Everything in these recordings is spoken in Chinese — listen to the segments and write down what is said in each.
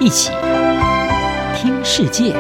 一起听世界。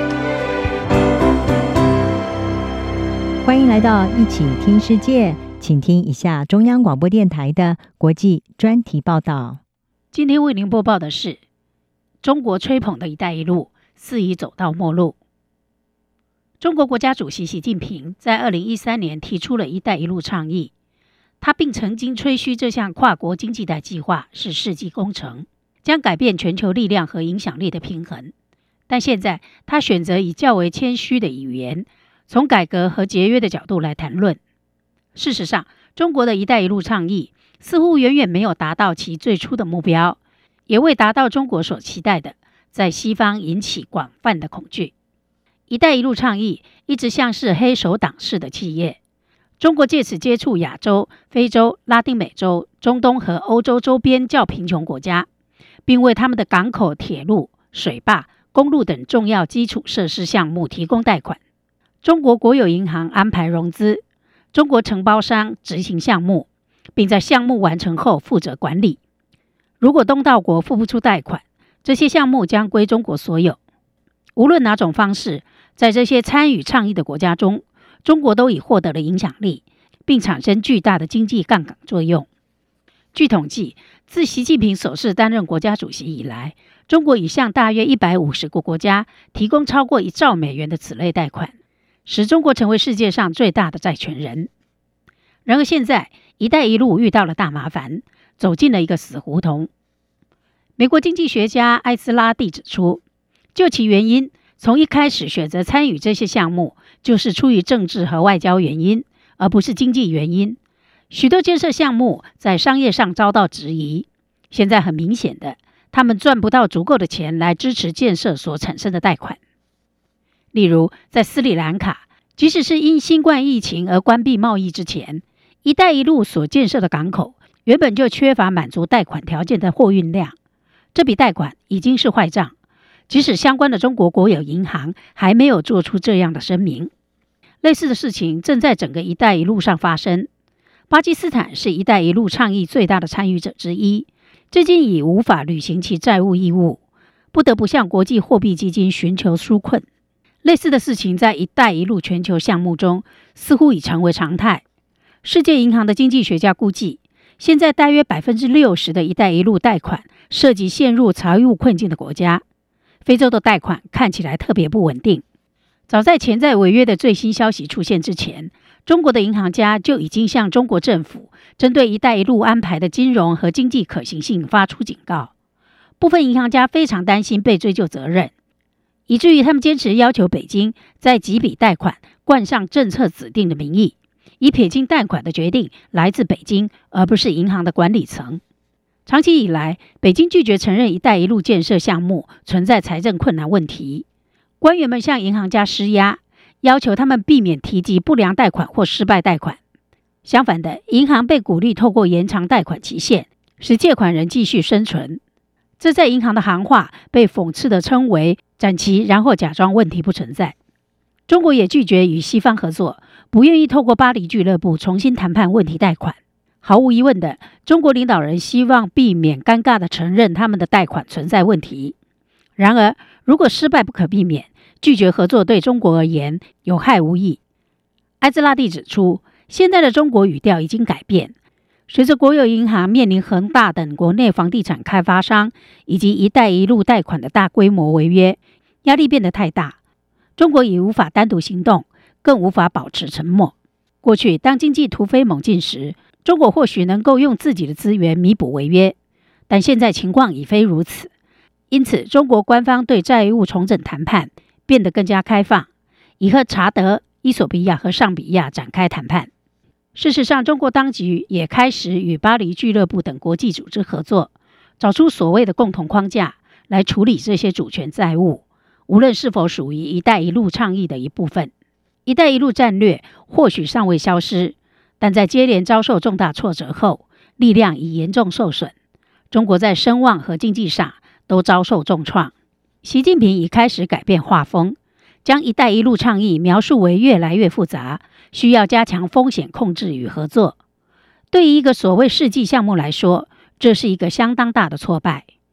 欢迎来到一起听世界，请听一下中央广播电台的国际专题报道。 今天为您播报的是中国吹捧的一带一路似已走到末路。中国国家主席习近平在2013年提出了一带一路倡议，他并曾经吹嘘这项跨国经济带计划是世纪工程，将改变全球力量和影响力的平衡。但现在他选择以较为谦虚的语言，从改革和节约的角度来谈论。事实上，中国的一带一路倡议似乎远远没有达到其最初的目标，也未达到中国所期待的在西方引起广泛的恐惧。一带一路倡议一直像是黑手党式的企业，中国借此接触亚洲、非洲、拉丁美洲、中东和欧洲周边较贫穷国家，并为他们的港口、铁路、水坝、公路等重要基础设施项目提供贷款。中国国有银行安排融资，中国承包商执行项目，并在项目完成后负责管理。如果东道国付不出贷款，这些项目将归中国所有。无论哪种方式，在这些参与倡议的国家中，中国都已获得了影响力，并产生巨大的经济杠杆作用。据统计，自习近平首次担任国家主席以来，中国已向大约150个国家提供超过1兆美元的此类贷款，使中国成为世界上最大的债权人。然而现在，一带一路遇到了大麻烦，走进了一个死胡同。美国经济学家埃兹拉蒂指出，就其原因，从一开始选择参与这些项目，就是出于政治和外交原因，而不是经济原因。许多建设项目在商业上遭到质疑，现在很明显的，他们赚不到足够的钱来支持建设所产生的贷款。例如，在斯里兰卡，即使是因新冠疫情而关闭贸易之前，一带一路所建设的港口原本就缺乏满足贷款条件的货运量，这笔贷款已经是坏账，即使相关的中国国有银行还没有做出这样的声明。类似的事情正在整个一带一路上发生。巴基斯坦是一带一路倡议最大的参与者之一，至今已无法履行其债务义务，不得不向国际货币基金寻求纾困。类似的事情在一带一路全球项目中似乎已成为常态。世界银行的经济学家估计，现在大约 60% 的一带一路贷款涉及陷入财务困境的国家。非洲的贷款看起来特别不稳定。早在潜在违约的最新消息出现之前，中国的银行家就已经向中国政府针对一带一路安排的金融和经济可行性发出警告。部分银行家非常担心被追究责任，以至于他们坚持要求北京在几笔贷款冠上政策指定的名义，以撇清贷款的决定来自北京，而不是银行的管理层。长期以来，北京拒绝承认一带一路建设项目存在财政困难问题。官员们向银行家施压，要求他们避免提及不良贷款或失败贷款。相反的，银行被鼓励透过延长贷款期限，使借款人继续生存。这在银行的行话被讽刺地称为展期，然后假装问题不存在。中国也拒绝与西方合作，不愿意透过巴黎俱乐部重新谈判问题贷款。毫无疑问的，中国领导人希望避免尴尬地承认他们的贷款存在问题。然而，如果失败不可避免，拒绝合作对中国而言有害无益。埃兹拉蒂指出，现在的中国语调已经改变，随着国有银行面临恒大等国内房地产开发商以及一带一路贷款的大规模违约，压力变得太大，中国已无法单独行动，更无法保持沉默。过去当经济突飞猛进时，中国或许能够用自己的资源弥补违约，但现在情况已非如此。因此，中国官方对债务重整谈判变得更加开放，已和查德、伊索比亚和尚比亚展开谈判。事实上，中国当局也开始与巴黎俱乐部等国际组织合作，找出所谓的共同框架来处理这些主权债务，无论是否属于一带一路倡议的一部分。一带一路战略或许尚未消失，但在接连遭受重大挫折后，力量已严重受损。中国在声望和经济上都遭受重创。习近平已开始改变画风，将一带一路倡议描述为越来越复杂，需要加强风险控制与合作。对于一个所谓世纪项目来说，这是一个相当大的挫败。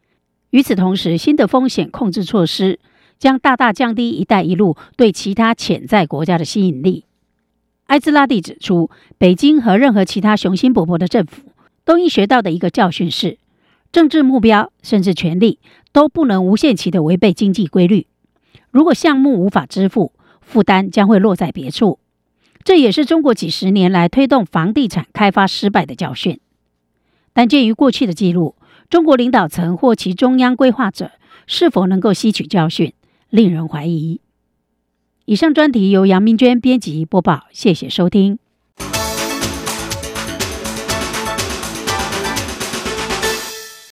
与此同时，新的风险控制措施将大大降低“一带一路”对其他潜在国家的吸引力。埃兹拉蒂指出，北京和任何其他雄心勃勃的政府都应学到的一个教训是，政治目标甚至权力都不能无限期地违背经济规律。如果项目无法支付，负担将会落在别处。这也是中国几十年来推动房地产开发失败的教训。但鉴于过去的记录，中国领导层或其中央规划者是否能够吸取教训，令人怀疑。以上专题由杨明娟编辑播报，谢谢收听。